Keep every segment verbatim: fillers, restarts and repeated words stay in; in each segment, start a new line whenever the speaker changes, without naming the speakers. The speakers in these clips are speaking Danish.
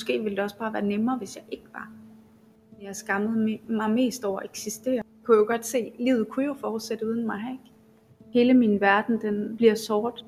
Måske ville det også bare være nemmere, hvis jeg ikke var. Jeg skammede mig mest over at eksistere. Jeg kunne jo godt se, at livet kunne jo fortsætte uden mig, ikke? Hele min verden, den bliver sort.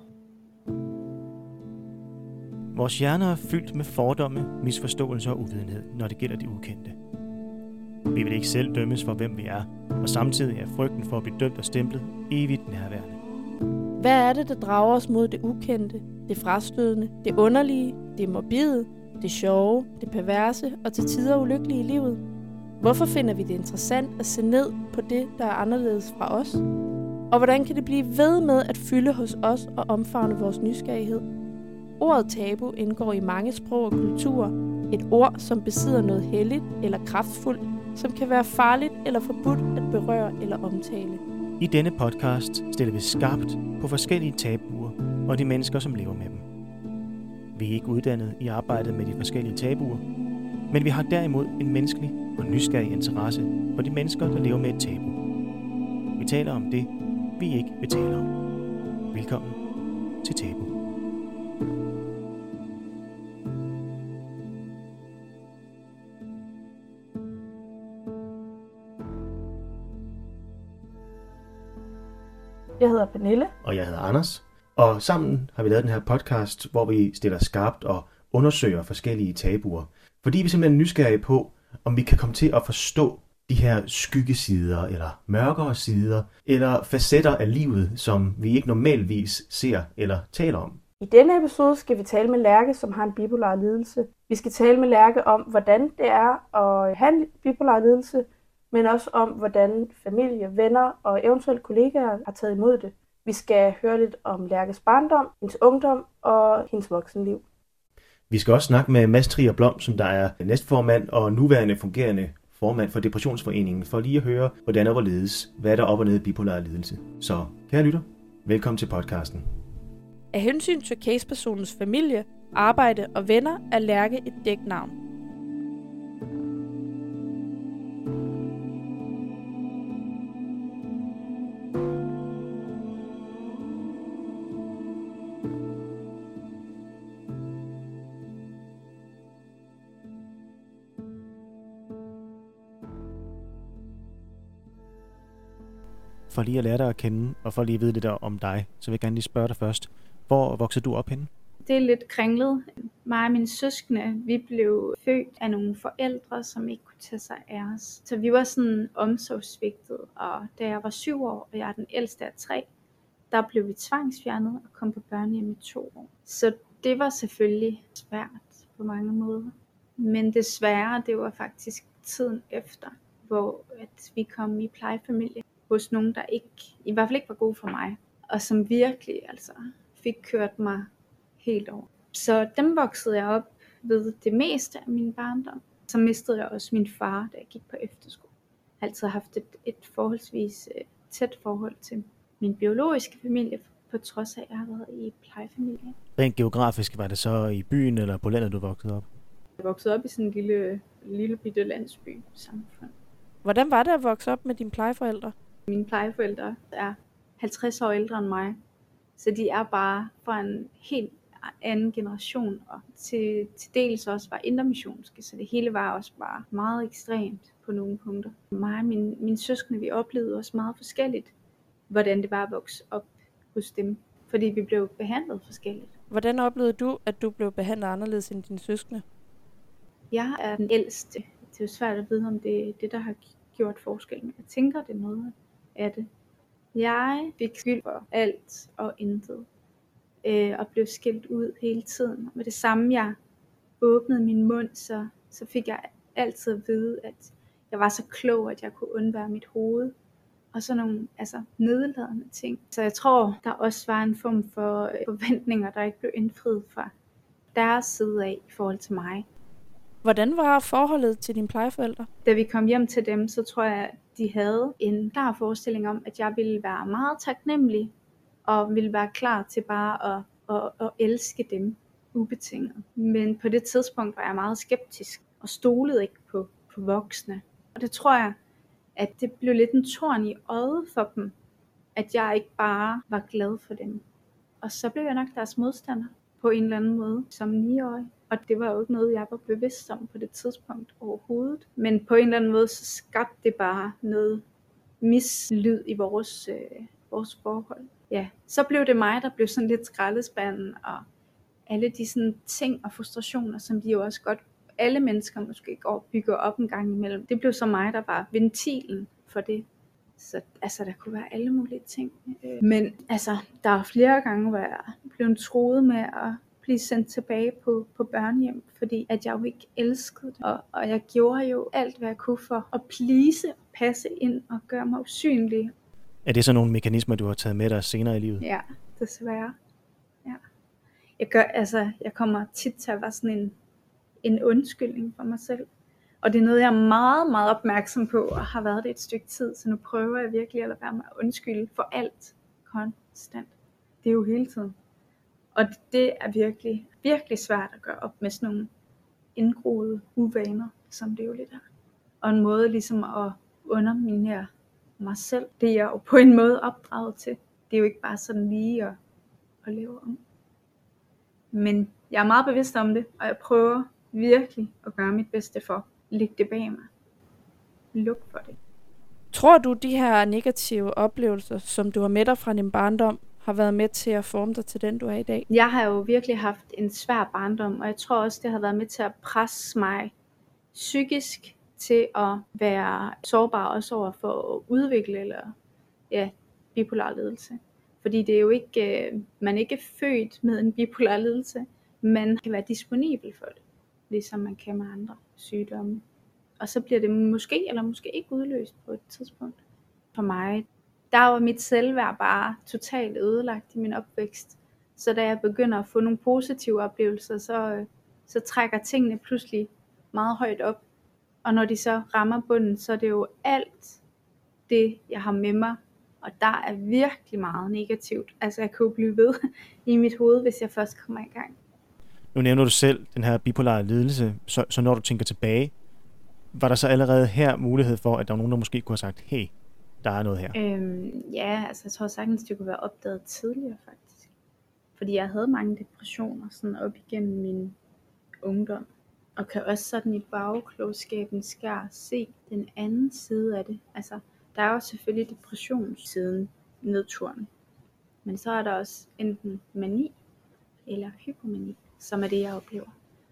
Vores hjerner er fyldt med fordomme, misforståelser og uvidenhed, når det gælder det ukendte. Vi vil ikke selv dømmes for, hvem vi er, og samtidig er frygten for at blive dømt og stemplet evigt nærværende.
Hvad er det, der drager os mod det ukendte, det frastødende, det underlige, det morbide, det sjove, det perverse og til tider ulykkelige i livet? Hvorfor finder vi det interessant at se ned på det, der er anderledes fra os? Og hvordan kan det blive ved med at fylde hos os og omfavne vores nysgerrighed? Ordet tabu indgår i mange sprog og kulturer. Et ord, som besidder noget helligt eller kraftfuldt, som kan være farligt eller forbudt at berøre eller omtale.
I denne podcast stiller vi skarpt på forskellige tabuer og de mennesker, som lever med dem. Vi er ikke uddannet i arbejdet med de forskellige tabuer, men vi har derimod en menneskelig og nysgerrig interesse for de mennesker, der lever med et tabu. Vi taler om det, vi ikke vil tale om. Velkommen til Tabu.
Jeg hedder Pernille.
Og jeg hedder Anders. Og sammen har vi lavet den her podcast, hvor vi stiller skarpt og undersøger forskellige tabuer. Fordi vi simpelthen er nysgerrige på, om vi kan komme til at forstå de her skyggesider, eller mørkere sider, eller facetter af livet, som vi ikke normalvis ser eller taler om.
I denne episode skal vi tale med Lærke, som har en bipolar lidelse. Vi skal tale med Lærke om, hvordan det er at have en bipolar lidelse, men også om, hvordan familie, venner og eventuelt kollegaer har taget imod det. Vi skal høre lidt om Lærkes barndom, hendes ungdom og hendes voksenliv.
Vi skal også snakke med Mads Trier Blom, som der er næstformand og nuværende fungerende formand for Depressionsforeningen, for lige at høre, hvordan og hvorledes, hvad der er op og ned i bipolar lidelse. Så, kære lytter, velkommen til podcasten.
Af hensyn til casepersonens familie, arbejde og venner er Lærke et dæknavn.
For lige at lære dig at kende, og for lige at vide lidt om dig, så vil jeg gerne lige spørge dig først. Hvor voksede du op henne?
Det er lidt kringlet. Mig og mine søskende, vi blev født af nogle forældre, som ikke kunne tage sig af os. Så vi var sådan omsorgsvigtet, og da jeg var syv år, og jeg er den ældste af tre, der blev vi tvangsfjernet og kom på børnehjem i to år. Så det var selvfølgelig svært på mange måder. Men det svære, det var faktisk tiden efter, hvor at vi kom i plejefamilie hos nogen, der ikke, i hvert fald ikke var gode for mig, og som virkelig altså fik kørt mig helt over. Så dem voksede jeg op ved det meste af min barndom. Så mistede jeg også min far, da jeg gik på efterskole. Jeg har altid haft et, et forholdsvis uh, tæt forhold til min biologiske familie, på trods af, at jeg har været i plejefamilie.
Rent geografisk, var det så i byen eller på landet, du voksede op?
Jeg voksede op i sådan en lille, lille bitte landsby samfund.
Hvordan var det at vokse op med dine plejeforældre?
Mine plejeforældre er halvtreds år ældre end mig, så de er bare fra en helt anden generation, og til, til dels også var intermissionske, så det hele var også bare meget ekstremt på nogle punkter. Mig og mine, mine søskende, vi oplevede også meget forskelligt, hvordan det var at vokse op hos dem, fordi vi blev behandlet forskelligt.
Hvordan oplevede du, at du blev behandlet anderledes end dine søskende?
Jeg er den ældste. Det er jo svært at vide, om det er det, der har gjort forskel, men jeg tænker, det er noget af det. Jeg fik skyld for alt og intet, øh, og blev skilt ud hele tiden. Med det samme, jeg åbnede min mund, så, så fik jeg altid at vide, at jeg var så klog, at jeg kunne undvære mit hoved, og sådan nogle altså, nedladende ting. Så jeg tror, der også var en form for forventninger, der ikke blev indfriet fra deres side af i forhold til mig.
Hvordan var forholdet til dine plejeforældre?
Da vi kom hjem til dem, så tror jeg, at de havde en klar forestilling om, at jeg ville være meget taknemmelig, og ville være klar til bare at, at, at elske dem ubetinget. Men på det tidspunkt var jeg meget skeptisk, og stolede ikke på, på voksne. Og det tror jeg, at det blev lidt en torn i øjet for dem, at jeg ikke bare var glad for dem. Og så blev jeg nok deres modstander på en eller anden måde som niårig. Og det var jo ikke noget, jeg var bevidst om på det tidspunkt overhovedet. Men på en eller anden måde, så skabte det bare noget mislyd i vores, øh, vores forhold. Ja, så blev det mig, der blev sådan lidt skraldespanden, og alle de sådan ting og frustrationer, som de jo også godt, alle mennesker måske går og bygger op en gang imellem. Det blev så mig, der var ventilen for det. Så altså, der kunne være alle mulige ting. Men altså, der var flere gange, hvor jeg blev truet med at blive sendt tilbage på, på børnehjem, fordi at jeg jo ikke elskede det. Og, og jeg gjorde jo alt, hvad jeg kunne for at please, passe ind og gøre mig usynlig.
Er det så nogle mekanismer, du har taget med dig senere i livet?
Ja, desværre. Ja. Jeg, gør, altså, jeg kommer tit til at være sådan en, en undskyldning for mig selv. Og det er noget, jeg er meget, meget opmærksom på, og har været det et stykke tid, så nu prøver jeg virkelig at lade være med at undskylde for alt konstant. Det er jo hele tiden. Og det er virkelig, virkelig svært at gøre op med sådan nogle indgroede uvaner, som det jo lidt er. Og en måde ligesom at underminere mig selv, det er jeg jo på en måde opdraget til. Det er jo ikke bare sådan lige at, at leve om. Men jeg er meget bevidst om det, og jeg prøver virkelig at gøre mit bedste for at lægge det bag mig. Luk for det.
Tror du, de her negative oplevelser, som du har med dig fra din barndom, har været med til at forme dig til den, du er i dag?
Jeg har jo virkelig haft en svær barndom, og jeg tror også, det har været med til at presse mig psykisk til at være sårbar også over for at udvikle eller ja, bipolar lidelse. Fordi det er jo ikke, øh, man er ikke født med en bipolar lidelse, man kan være disponibel for det, ligesom man kan med andre sygdomme. Og så bliver det måske eller måske ikke udløst på et tidspunkt. For mig, der var mit selvværd bare totalt ødelagt i min opvækst. Så da jeg begynder at få nogle positive oplevelser, så, så trækker tingene pludselig meget højt op. Og når de så rammer bunden, så er det jo alt det, jeg har med mig. Og der er virkelig meget negativt. Altså jeg kan jo blive ved i mit hoved, hvis jeg først kommer i gang.
Nu nævner du selv den her bipolare lidelse, så, så når du tænker tilbage, var der så allerede her mulighed for, at der var nogen, der måske kunne have sagt, hey, der er noget her?
Øhm, ja, altså jeg tror sagtens, det kunne være opdaget tidligere faktisk. Fordi jeg havde mange depressioner sådan op igennem min ungdom. Og kan også sådan i bagklogskabens skær se den anden side af det. Altså der er jo selvfølgelig depressionssiden, nedturen. Men så er der også enten mani eller hypomani, som er det, jeg oplever.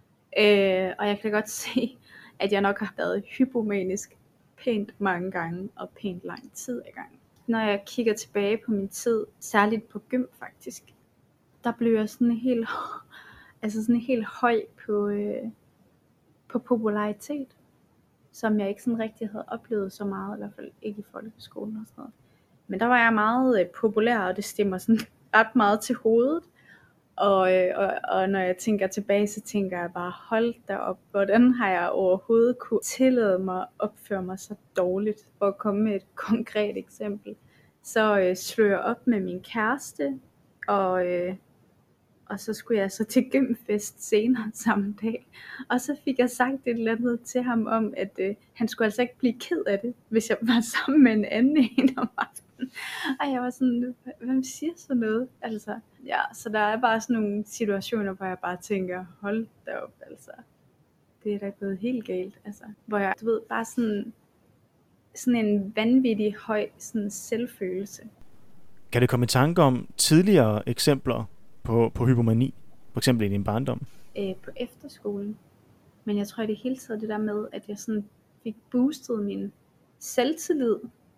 Øh, og jeg kan godt se, at jeg nok har været hypomanisk pænt mange gange og pænt lang tid ad gangen. Når jeg kigger tilbage på min tid, særligt på gym faktisk, der blev jeg sådan helt, altså sådan helt høj på, øh, på popularitet, som jeg ikke sådan rigtig havde oplevet så meget, i hvert fald ikke i folkeskolen og sådan noget. Men der var jeg meget øh, populær, og det stemmer sådan ret meget til hovedet. Og, øh, og, og når jeg tænker tilbage, så tænker jeg bare, hold da op, hvordan har jeg overhovedet kunne tillade mig at opføre mig så dårligt? For at komme med et konkret eksempel, så øh, slog jeg op med min kæreste, og, øh, og så skulle jeg så til gymfest senere samme dag. Og så fik jeg sagt et eller andet til ham om, at øh, han skulle altså ikke blive ked af det, hvis jeg var sammen med en anden en om aftenen. Og jeg var sådan, hvem siger sådan noget? Altså, ja, så der er bare sådan nogle situationer, hvor jeg bare tænker, hold da op, altså. Det er da gået helt galt, altså. Hvor jeg, du ved, bare sådan, sådan en vanvittig høj sådan selvfølelse.
Kan det komme i tanke om tidligere eksempler på, på hypomani, for eksempel i din barndom?
Øh, på efterskolen. Men jeg tror i det hele taget det der med, at jeg sådan fik boostet min selvtillid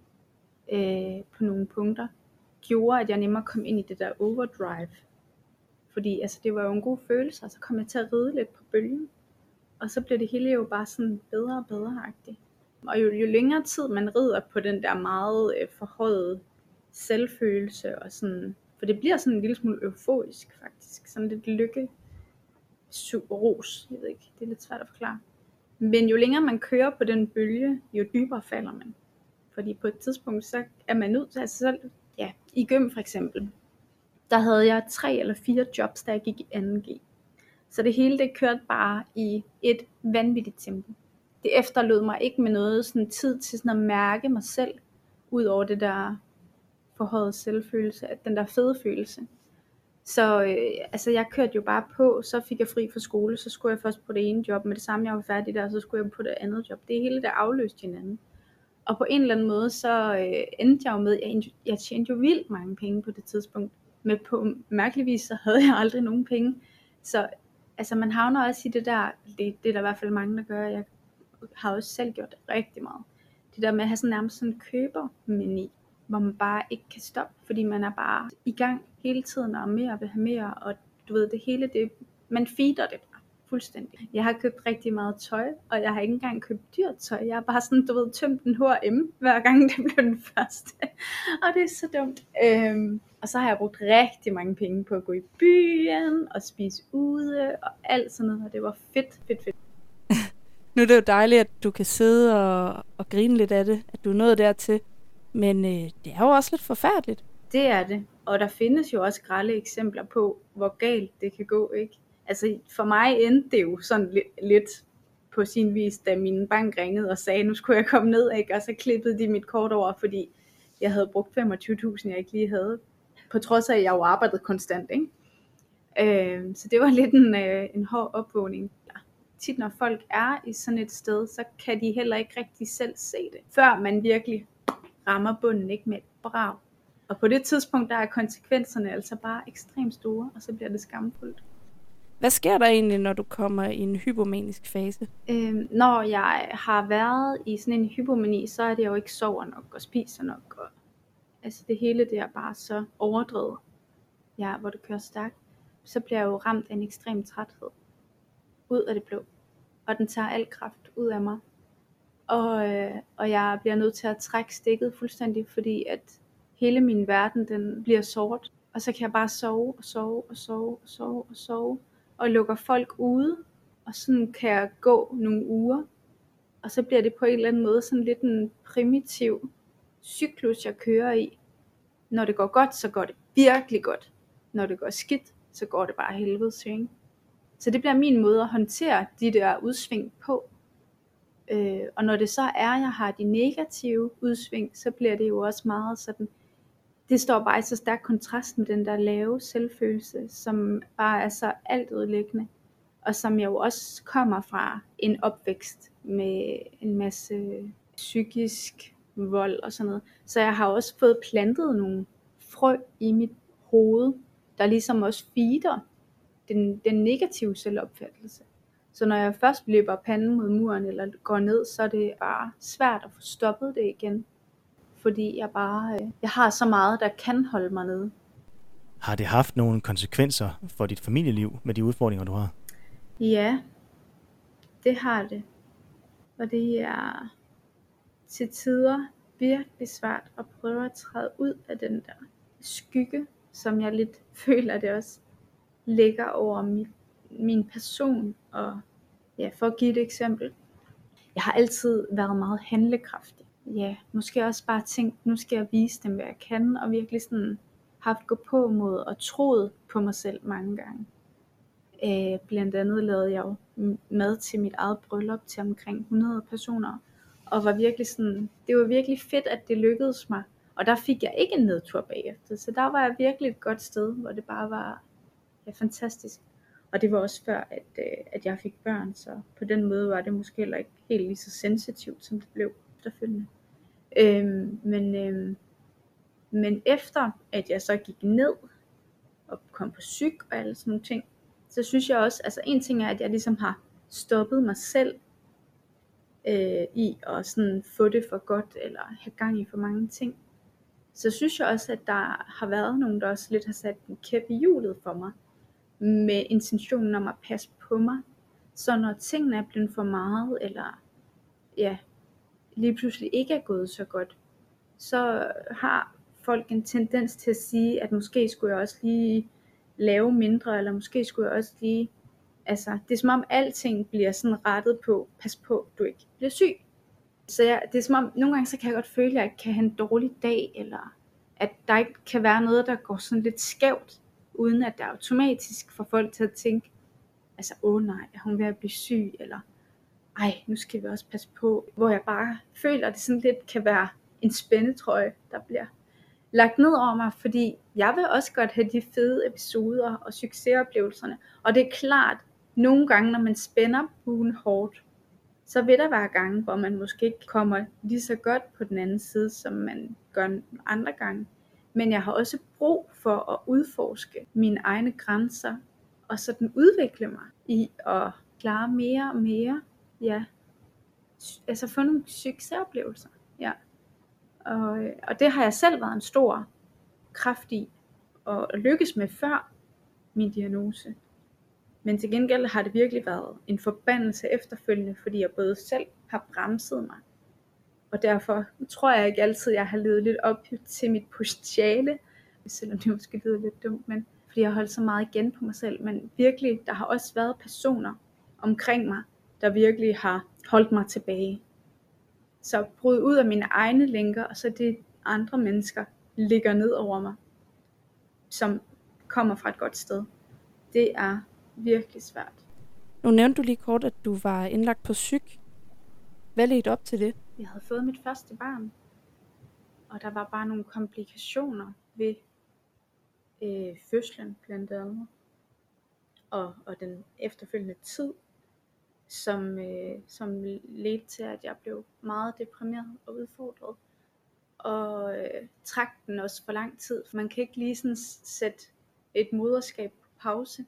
øh, på nogle punkter, gjorde, at jeg nemmere kom ind i det der overdrive. Fordi altså, det var jo en god følelse, og så kom jeg til at ride lidt på bølgen. Og så blev det hele jo bare sådan bedre og bedre-agtigt. Og jo, jo længere tid man rider på den der meget øh, forhøjede selvfølelse, og sådan, for det bliver sådan en lille smule euforisk faktisk, sådan lidt lykke, ros, jeg ved ikke, det er lidt svært at forklare. Men jo længere man kører på den bølge, jo dybere falder man. Fordi på et tidspunkt, så er man nødt til at selv, ja, i gym for eksempel, der havde jeg tre eller fire jobs, da jeg gik i anden G. Så det hele, det kørte bare i et vanvittigt tempo. Det efterlod mig ikke med noget sådan tid til sådan at mærke mig selv, ud over det der forhøjede selvfølelse, den der fede følelse. Så øh, altså jeg kørte jo bare på, så fik jeg fri fra skole, så skulle jeg først på det ene job, med det samme jeg var færdig der, så skulle jeg på det andet job. Det hele der afløste hinanden. Og på en eller anden måde, så øh, endte jeg jo med, jeg, jeg tjente jo vildt mange penge på det tidspunkt. Men på mærkelig vis, så havde jeg aldrig nogen penge. Så altså man havner også i det der, det, det er der i hvert fald mange, der gør, jeg har også selv gjort det rigtig meget. Det der med at have sådan nærmest sådan en købermeni, hvor man bare ikke kan stoppe, fordi man er bare i gang hele tiden, og mere vil have mere, og du ved, det hele, det, man feeder det bare fuldstændig. Jeg har købt rigtig meget tøj, og jeg har ikke engang købt dyrt tøj. Jeg har bare sådan, du ved, tømt en H og M, hver gang det blev den første. Og det er så dumt. Øhm, og så har jeg brugt rigtig mange penge på at gå i byen, og spise ude, og alt sådan noget, og det var fedt, fedt, fedt.
Nu er det jo dejligt, at du kan sidde og, og grine lidt af det, at du er nået dertil. Men øh, det er jo også lidt forfærdeligt.
Det er det. Og der findes jo også grelle eksempler på, hvor galt det kan gå, ikke? Altså for mig endte det jo sådan lidt, lidt på sin vis, da min bank ringede og sagde, nu skulle jeg komme ned, ikke? Og så klippede de mit kort over, fordi jeg havde brugt femogtyve tusind, jeg ikke lige havde. På trods af, at jeg jo arbejdede konstant, ikke? Øh, så det var lidt en, øh, en hård opvågning. Tit når folk er i sådan et sted, så kan de heller ikke rigtig selv se det, før man virkelig rammer bunden, ikke, med et brag. Og på det tidspunkt, der er konsekvenserne altså bare ekstremt store, og så bliver det skamfuldt.
Hvad sker der egentlig, når du kommer i en hypomanisk fase?
Øhm, når jeg har været i sådan en hypomani, så er det jo ikke sover nok og spiser nok. Og, altså det hele det er bare så overdrevet, ja, hvor det kører stærkt. Så bliver jeg jo ramt af en ekstrem træthed ud af det blå. Og den tager al kraft ud af mig. Og, øh, og jeg bliver nødt til at trække stikket fuldstændig, fordi at hele min verden, den bliver sort. Og så kan jeg bare sove og sove og sove og sove og sove. Og lukker folk ude. Og sådan kan jeg gå nogle uger. Og så bliver det på en eller anden måde sådan lidt en primitiv cyklus, jeg kører i. Når det går godt, så går det virkelig godt. Når det går skidt, så går det bare helvedes, ikke? Så det bliver min måde at håndtere de der udsving på. Øh, og når det så er, jeg har de negative udsving, så bliver det jo også meget sådan, det står bare i så stærk kontrast med den der lave selvfølelse, som bare er så altødelæggende, og som jo også kommer fra en opvækst med en masse psykisk vold og sådan noget. Så jeg har også fået plantet nogle frø i mit hoved, der ligesom også feeder den, den negative selvopfattelse. Så når jeg først løber panden mod muren eller går ned, så er det bare svært at få stoppet det igen. Fordi jeg bare, jeg har så meget, der kan holde mig nede.
Har det haft nogle konsekvenser for dit familieliv med de udfordringer, du har?
Ja, det har det. Og det er til tider virkelig svært at prøve at træde ud af den der skygge, som jeg lidt føler, det også ligger over mit min person. Og ja, for at give et eksempel, jeg har altid været meget handlekraftig. Ja, måske også bare tænkt, nu skal jeg vise dem, hvad jeg kan, og virkelig sådan haft gå på mod og troet på mig selv mange gange. Øh, blandt andet lavede jeg jo mad til mit eget bryllup til omkring hundrede personer, og var virkelig sådan, det var virkelig fedt, at det lykkedes mig, og der fik jeg ikke en nedtur bagefter, så der var jeg virkelig et godt sted, hvor det bare var ja, fantastisk. Og det var også før, at, øh, at jeg fik børn, så på den måde var det måske heller ikke helt lige så sensitivt, som det blev efterfølgende. Øhm, men, øhm, men efter, at jeg så gik ned og kom på psyk og alle sådan nogle ting, så synes jeg også, altså en ting er, at jeg ligesom har stoppet mig selv øh, i at sådan få det for godt, eller have gang i for mange ting. Så synes jeg også, at der har været nogen, der også lidt har sat en kæp i hjulet for mig, med intentionen om at passe på mig. Så når tingene er blevet for meget, eller ja, lige pludselig ikke er gået så godt, så har folk en tendens til at sige, at måske skulle jeg også lige lave mindre, eller måske skulle jeg også lige, altså det er som om alting bliver sådan rettet på, pas på, du ikke bliver syg. Så jeg, det er som om, nogle gange så kan jeg godt føle, at jeg kan have en dårlig dag, eller at der ikke kan være noget, der går sådan lidt skævt, uden at det automatisk får folk til at tænke, altså åh nej, er hun ved at blive syg, eller ej, nu skal vi også passe på, hvor jeg bare føler, at det sådan lidt kan være en spændetrøje, der bliver lagt ned over mig, fordi jeg vil også godt have de fede episoder og succesoplevelserne. Og det er klart, nogle gange, når man spænder buen hårdt, så vil der være gange, hvor man måske ikke kommer lige så godt på den anden side, som man gør andre gange. Men jeg har også brug for at udforske mine egne grænser, og sådan udvikle mig i at klare mere og mere. Ja, altså få nogle succesoplevelser. Ja. Og, og det har jeg selv været en stor kraft i, og lykkes med før min diagnose. Men til gengæld har det virkelig været en forbandelse efterfølgende, fordi jeg både selv har bremset mig. Og derfor tror jeg ikke altid, jeg har levet lidt op til mit potentiale, selvom det måske lyder lidt dumt, men fordi jeg har holdt så meget igen på mig selv. Men virkelig, der har også været personer omkring mig, der virkelig har holdt mig tilbage. Så brud ud af mine egne lænker, og så det andre mennesker ligger ned over mig, som kommer fra et godt sted. Det er virkelig svært.
Nu nævnte du lige kort, at du var indlagt på psyk. Hvad ledte op til det?
Jeg havde fået mit første barn, og der var bare nogle komplikationer ved øh, fødslen blandt andet, og, og den efterfølgende tid, som, øh, som ledte til, at jeg blev meget deprimeret og udfordret, og øh, trak den også for lang tid. Man kan ikke lige sådan sætte et moderskab på pause,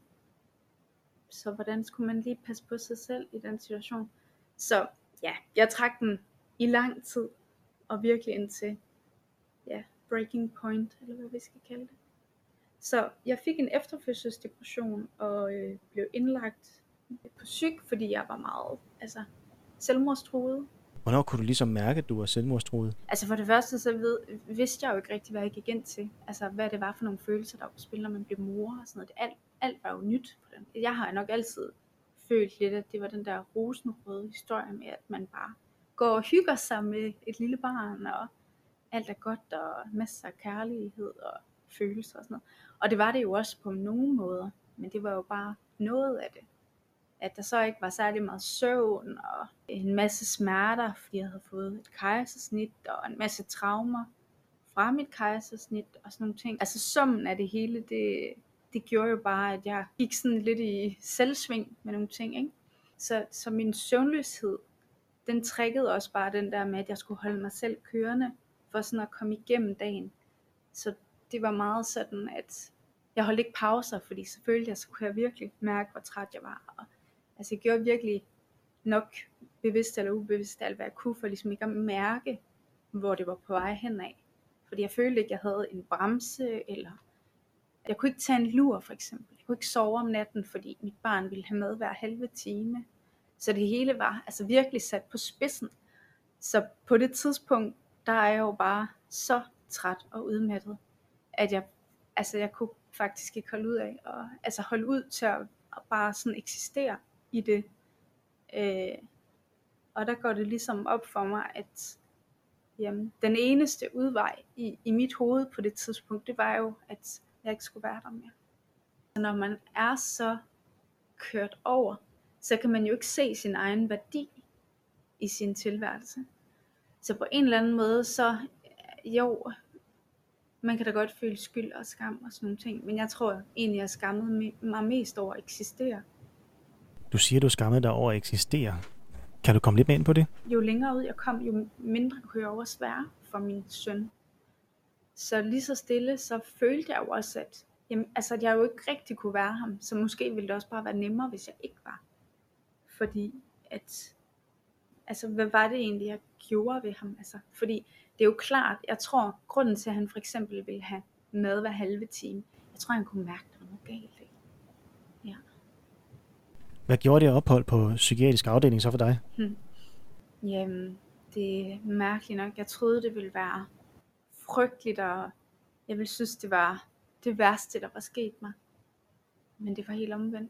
så hvordan skulle man lige passe på sig selv i den situation? Så ja, jeg trak den i lang tid, og virkelig indtil ja, breaking point, eller hvad vi skal kalde det. Så jeg fik en efterfødselsdepression, og øh, blev indlagt på psyk, fordi jeg var meget altså, selvmordstruet.
Hvornår kunne du ligesom mærke, at du var selvmordstruet?
Altså for det første, så ved, vidste jeg jo ikke rigtig, hvad jeg gik ind til. Altså hvad det var for nogle følelser, der var på spil, når man blev mor og sådan noget. Det, alt, alt var jo nyt på den. Jeg har nok altid følt lidt, at det var den der rosenrøde historie med, at man bare går og hygger sig med et lille barn, og alt er godt, og masser af kærlighed og følelser og sådan noget. Og det var det jo også på nogle måder, men det var jo bare noget af det. At der så ikke var særlig meget søvn, og en masse smerter, fordi jeg havde fået et kejsersnit, og en masse traumer fra mit kejsersnit, og sådan nogle ting. Altså summen af det hele, det, det gjorde jo bare, at jeg gik sådan lidt i selvsving med nogle ting, ikke? Så, så min søvnløshed, den trækkede også bare den der med, at jeg skulle holde mig selv kørende, for sådan at komme igennem dagen. Så det var meget sådan, at jeg holdt ikke pauser, fordi selvfølgelig jeg, så kunne jeg virkelig mærke, hvor træt jeg var. Og, altså jeg gjorde virkelig nok bevidst eller ubevidst alt, hvad jeg kunne, for ligesom ikke at mærke, hvor det var på vej henad. Fordi jeg følte ikke, jeg havde en bremse, eller jeg kunne ikke tage en lur for eksempel. Jeg kunne ikke sove om natten, fordi mit barn ville have mad hver halve time. Så det hele var altså virkelig sat på spidsen. Så på det tidspunkt, der er jeg jo bare så træt og udmattet, at jeg, altså jeg kunne faktisk ikke holde ud af, og, altså holde ud til at, at bare sådan eksistere i det. Øh, og der går det ligesom op for mig, at jamen, den eneste udvej i, i mit hoved på det tidspunkt, det var jo, at jeg ikke skulle være der mere. Når man er så kørt over, så kan man jo ikke se sin egen værdi i sin tilværelse. Så på en eller anden måde, så jo, man kan da godt føle skyld og skam og sådan nogle ting, men jeg tror egentlig, jeg skammede mig mest over at eksistere.
Du siger, du skammede dig over at eksistere. Kan du komme lidt mere ind på det?
Jo længere ud jeg kom, jo mindre kunne jeg over svære for min søn. Så lige så stille, så følte jeg jo også, at, jamen, altså, at jeg jo ikke rigtig kunne være ham, så måske ville det også bare være nemmere, hvis jeg ikke var. Fordi at, altså hvad var det egentlig, jeg gjorde ved ham? Altså, fordi det er jo klart, jeg tror, grunden til, at han for eksempel ville have mad hver halve time, jeg tror, han kunne mærke, at der var noget galt. Ikke? Ja.
Hvad gjorde det ophold på psykiatrisk afdeling så for dig?
Hmm. Jamen, det er mærkeligt nok. Jeg troede, det ville være frygteligt, og jeg ville synes, det var det værste, der var sket mig. Men det var helt omvendt.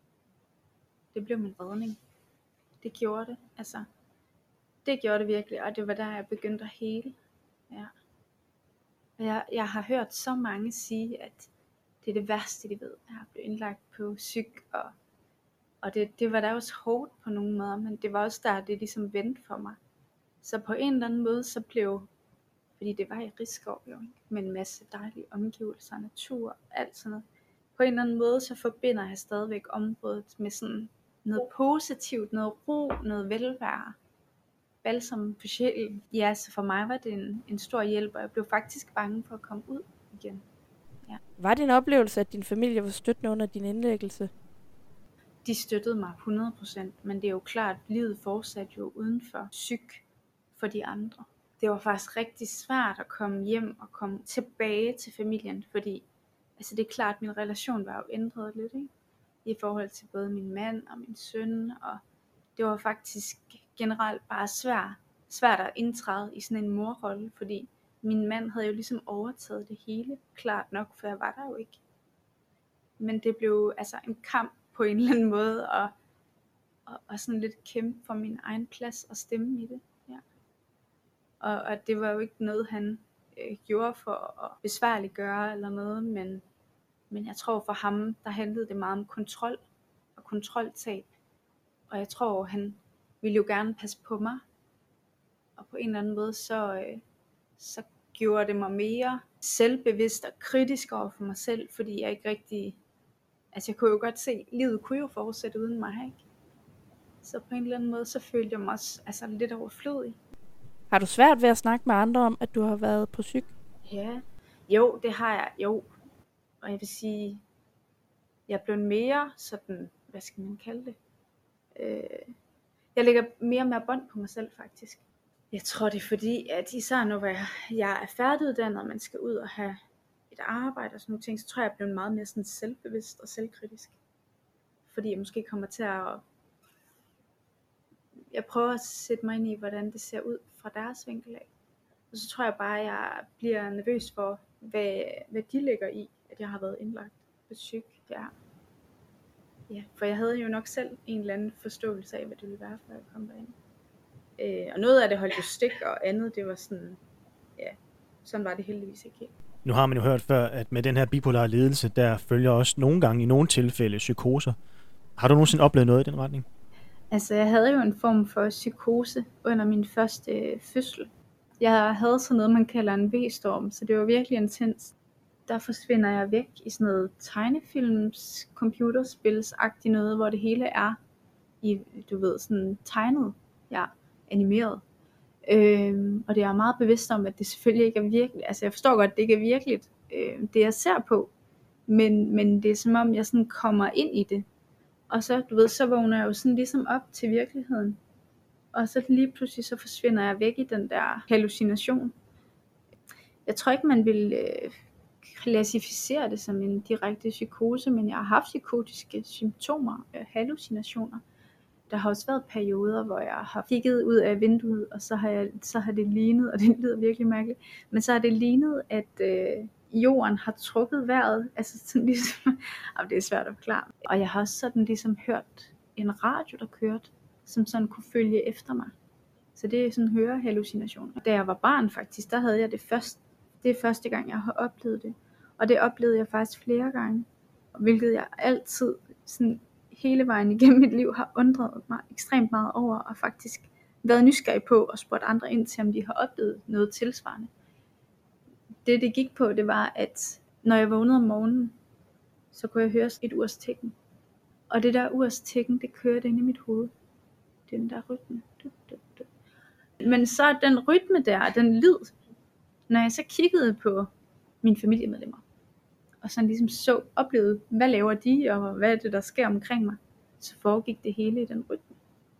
Det blev min redning. Det gjorde det, altså. Det gjorde det virkelig, og det var der, jeg begyndte at hele. Ja. Og jeg, jeg har hørt så mange sige, at det er det værste, de ved, at jeg blev indlagt på psyk, og, og det, det var da også hårdt på nogle måder, men det var også der, det ligesom vendte for mig. Så på en eller anden måde, så blev fordi det var i Risskov jo, ikke? Med en masse dejlige omgivelser, natur, alt sådan noget. På en eller anden måde, så forbinder jeg stadigvæk området med sådan noget positivt, noget ro, noget velvære, balsam på sjælen. Ja, så for mig var det en, en stor hjælp, og jeg blev faktisk bange for at komme ud igen. Ja.
Var det en oplevelse, at din familie var støttende under din indlæggelse?
De støttede mig hundrede procent, men det er jo klart, at livet fortsatte jo uden for psyk for de andre. Det var faktisk rigtig svært at komme hjem og komme tilbage til familien, fordi altså det er klart, at min relation var jo ændret lidt, ikke? I forhold til både min mand og min søn, og det var faktisk generelt bare svært, svært at indtræde i sådan en morrolle, fordi min mand havde jo ligesom overtaget det hele, klart nok, for jeg var der jo ikke. Men det blev altså en kamp på en eller anden måde, og, og, og sådan lidt kæmpe for min egen plads og stemme i det. Ja. Og, og det var jo ikke noget, han øh, gjorde for at besværliggøre eller noget, men, men jeg tror for ham, der handlede det meget om kontrol og kontroltab. Og jeg tror, han ville jo gerne passe på mig. Og på en eller anden måde, så, øh, så gjorde det mig mere selvbevidst og kritisk over for mig selv, fordi jeg ikke rigtig... Altså jeg kunne jo godt se, at livet kunne jo fortsætte uden mig, ikke? Så på en eller anden måde, så følte jeg mig også altså, lidt overflødig.
Har du svært ved at snakke med andre om, at du har været på psyk?
Ja, jo, det har jeg, jo. Og jeg vil sige, jeg er blevet mere sådan, hvad skal man kalde det? Øh, jeg lægger mere og mere bånd på mig selv, faktisk. Jeg tror, det er fordi, at især nu, hvor jeg er færdiguddannet, og man skal ud og have et arbejde og sådan nogle ting, så tror jeg, jeg er blevet meget mere sådan selvbevidst og selvkritisk. Fordi jeg måske kommer til at... Jeg prøver at sætte mig ind i, hvordan det ser ud fra deres vinkel af. Og så tror jeg bare, at jeg bliver nervøs for, hvad, hvad de lægger i, at jeg har været indlagt på psyk. Ja. Ja, for jeg havde jo nok selv en eller anden forståelse af, hvad det ville være, før jeg kom derind. Øh, og noget af det holdt jo stik, og andet, det var sådan... Ja, sådan var det heldigvis ikke helt.
Nu har man jo hørt før, at med den her bipolare lidelse, der følger også nogle gange i nogle tilfælde psykoser. Har du nogensinde oplevet noget i den retning?
Altså, jeg havde jo en form for psykose under min første øh, fødsel. Jeg havde sådan noget, man kalder en V-storm, så det var virkelig intens. Der forsvinder jeg væk i sådan noget tegnefilms, computerspilsagtigt noget, hvor det hele er i, du ved, sådan tegnet, ja, animeret. Øhm, og det er jeg meget bevidst om, at det selvfølgelig ikke er virkeligt. Altså jeg forstår godt, at det ikke er virkeligt, øh, det jeg ser på. Men, men det er som om, jeg sådan kommer ind i det. Og så, du ved, så vågner jeg jo sådan ligesom op til virkeligheden. Og så lige pludselig, så forsvinder jeg væk i den der hallucination. Jeg tror ikke, man vil øh, klassificere det som en direkte psykose, men jeg har haft psykotiske symptomer, øh, hallucinationer. Der har også været perioder, hvor jeg har kigget ud af vinduet, og så har, jeg, så har det lignet, og det lyder virkelig mærkeligt, men så har det lignet, at øh, jorden har trukket vejret, altså sådan ligesom, og det er svært at forklare. Og jeg har også sådan ligesom hørt en radio, der kørte, som sådan kunne følge efter mig. Så det er sådan hørehallucinationer. Da jeg var barn faktisk, der havde jeg det første, det er første gang, jeg har oplevet det. Og det oplevede jeg faktisk flere gange, hvilket jeg altid sådan hele vejen igennem mit liv har undret mig ekstremt meget over, og faktisk været nysgerrig på og spurgt andre ind til, om de har oplevet noget tilsvarende. Det det gik på, det var, at når jeg vågnede om morgenen, så kunne jeg høre et urs tikken. Og det der urs tikken, det kørte ind i mit hoved. Den der rytme. Men så den rytme der, den lyd, når jeg så kiggede på mine familiemedlemmer, og sådan ligesom så, oplevede, hvad laver de, og hvad er det, der sker omkring mig, så foregik det hele i den rytme.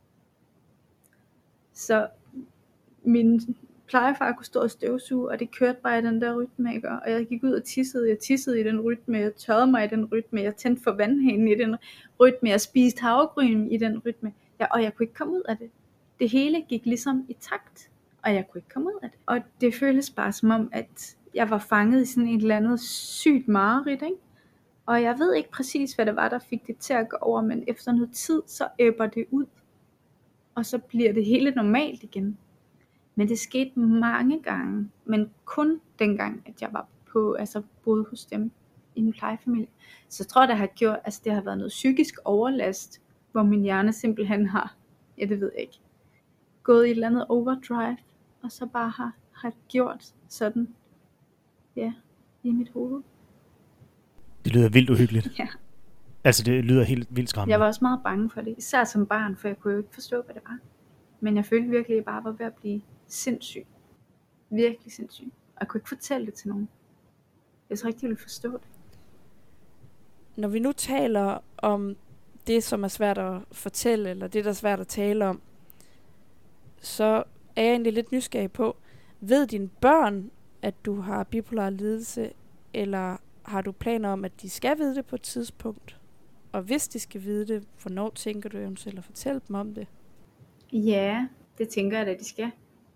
Så min plejefar kunne stå og støvsuge, og det kørte bare i den der rytme, ikke? Og jeg gik ud og tissede, jeg tissede i den rytme, jeg tørrede mig i den rytme, jeg tændte for vandhanen i den rytme, jeg spiste havregryn i den rytme, ja, og jeg kunne ikke komme ud af det. Det hele gik ligesom i takt, og jeg kunne ikke komme ud af det. Og det føltes bare som om, at jeg var fanget i sådan et eller andet sygt mareridt, ikke? Og jeg ved ikke præcis, hvad det var, der fik det til at gå over, men efter noget tid, så æbber det ud. Og så bliver det hele normalt igen. Men det skete mange gange, men kun dengang, at jeg var på, altså boede hos dem i en plejefamilie. Så jeg tror, det har gjort, altså det har været noget psykisk overlast, hvor min hjerne simpelthen har, ja det ved jeg ikke, gået i et eller andet overdrive, og så bare har, har gjort sådan, ja, i mit hoved.
Det lyder vildt uhyggeligt.
Ja.
Altså, det lyder helt vildt skræmmende.
Jeg var også meget bange for det, især som barn, for jeg kunne jo ikke forstå, hvad det var. Men jeg følte virkelig, at jeg bare var ved at blive sindssyg. Virkelig sindssyg. Og jeg kunne ikke fortælle det til nogen. Jeg så rigtig ville forstå det.
Når vi nu taler om det, som er svært at fortælle, eller det, der er svært at tale om, så er jeg egentlig lidt nysgerrig på, ved dine børn, at du har bipolar lidelse, eller har du planer om, at de skal vide det på et tidspunkt? Og hvis de skal vide det, hvornår tænker du eventuelt at fortælle dem om det?
Ja, det tænker jeg, at de skal.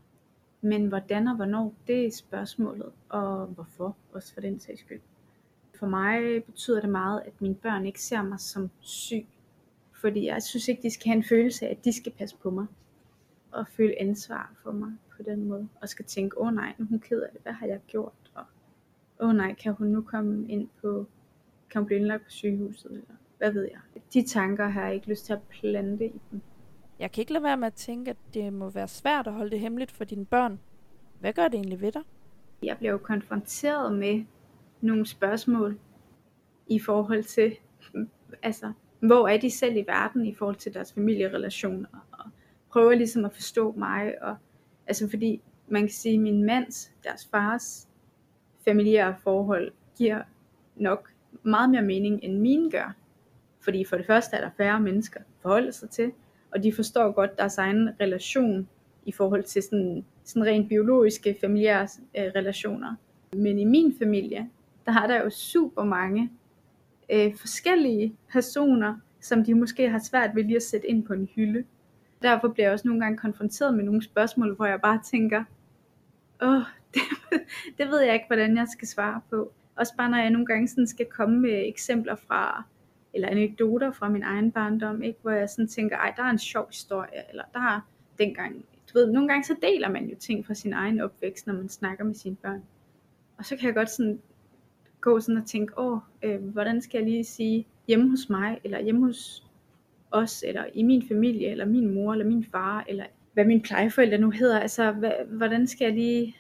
Men hvordan og hvornår, det er spørgsmålet. Og hvorfor, også for den sags skyld. For mig betyder det meget, at mine børn ikke ser mig som syg. Fordi jeg synes ikke, de skal have en følelse af, at de skal passe på mig. Og føle ansvar for mig på den måde. Og skal tænke, åh nej, nu er hun ked af det. Hvad har jeg gjort? Og åh nej, kan hun nu komme ind på, kan hun blive indlagt på sygehuset? Eller hvad ved jeg. De tanker har jeg ikke lyst til at plante i dem.
Jeg kan ikke lade være med at tænke, at det må være svært at holde det hemmeligt for dine børn. Hvad gør det egentlig ved dig? Jeg
bliver jo konfronteret med nogle spørgsmål i forhold til, altså, hvor er de selv i verden i forhold til deres familierelationer, og prøver ligesom at forstå mig, og altså fordi man kan sige, at min mands, deres fars familiære forhold giver nok meget mere mening end mine gør, fordi for det første er der færre mennesker at forholde sig til, og de forstår godt deres egen relation i forhold til sådan, sådan rent biologiske familiære øh, relationer. Men i min familie, der har der jo super mange øh, forskellige personer, som de måske har svært ved lige at sætte ind på en hylde. Derfor bliver jeg også nogle gange konfronteret med nogle spørgsmål, hvor jeg bare tænker, åh, det, det ved jeg ikke, hvordan jeg skal svare på. Også bare når jeg nogle gange sådan skal komme med eksempler fra, eller anekdoter fra min egen barndom, ikke? Hvor jeg sådan tænker, ej, der er en sjov historie, eller der er dengang, du ved, nogle gange så deler man jo ting fra sin egen opvækst, når man snakker med sine børn. Og så kan jeg godt sådan gå sådan og tænke, åh, øh, hvordan skal jeg lige sige, hjemme hos mig, eller hjemme hos os, eller i min familie, eller min mor, eller min far, eller hvad mine plejeforældre nu hedder, altså, hvad, hvordan skal jeg lige,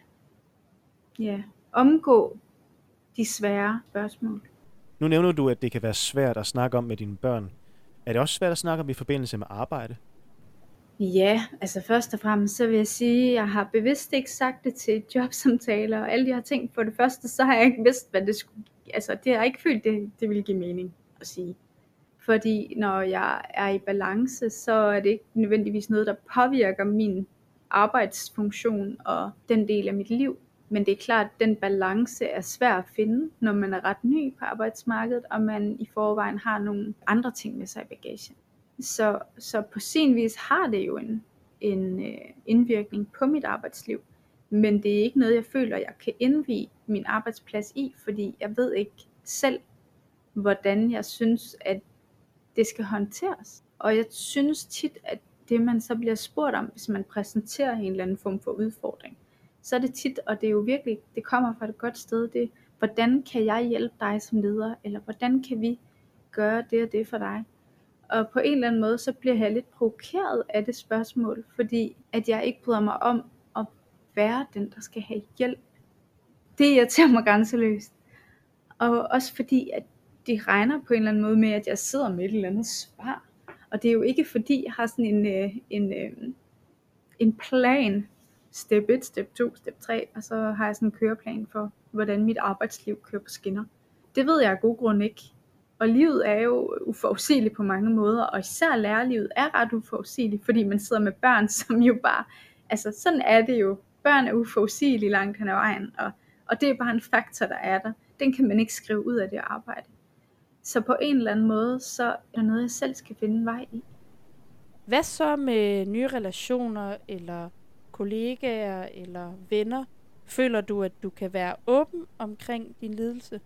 ja, omgå de svære spørgsmål.
Nu nævner du, at det kan være svært at snakke om med dine børn. Er det også svært at snakke om i forbindelse med arbejde?
Ja, altså først og fremmest så vil jeg sige, at jeg har bevidst ikke sagt det til jobsamtaler og alle de her ting. For det første, så har jeg ikke vidst, hvad det skulle, altså det har jeg ikke følt, det, det ville give mening at sige. Fordi når jeg er i balance, så er det ikke nødvendigvis noget, der påvirker min arbejdsfunktion og den del af mit liv. Men det er klart, at den balance er svær at finde, når man er ret ny på arbejdsmarkedet, og man i forvejen har nogle andre ting med sig i bagagen. Så, så på sin vis har det jo en, en øh, indvirkning på mit arbejdsliv. Men det er ikke noget, jeg føler, jeg kan indvie min arbejdsplads i, fordi jeg ved ikke selv, hvordan jeg synes, at det skal håndteres. Og jeg synes tit, at det man så bliver spurgt om, hvis man præsenterer en eller anden form for udfordring, så er det tit, og det er jo virkelig, det kommer fra et godt sted, det hvordan kan jeg hjælpe dig som leder, eller hvordan kan vi gøre det og det for dig. Og på en eller anden måde, så bliver jeg lidt provokeret af det spørgsmål, fordi at jeg ikke bryder mig om at være den, der skal have hjælp. Det irriterer mig grænseløst. Og også fordi, at de regner på en eller anden måde med, at jeg sidder med et eller andet svar. Og det er jo ikke fordi, jeg har sådan en, en, en, en plan, step et, step to, step tre, og så har jeg sådan en køreplan for, hvordan mit arbejdsliv kører på skinner. Det ved jeg af god grund ikke. Og livet er jo uforudsigeligt på mange måder, og især lærerlivet er ret uforudsigeligt, fordi man sidder med børn, som jo bare, altså sådan er det jo. Børn er uforudsigelige langt hen ad vejen, og, og det er bare en faktor, der er der. Den kan man ikke skrive ud af det arbejde. Så på en eller anden måde, så er der noget, jeg selv skal finde vej i.
Hvad så med nye relationer, eller kollegaer, eller venner? Føler du, at du kan være åben omkring din lidelse?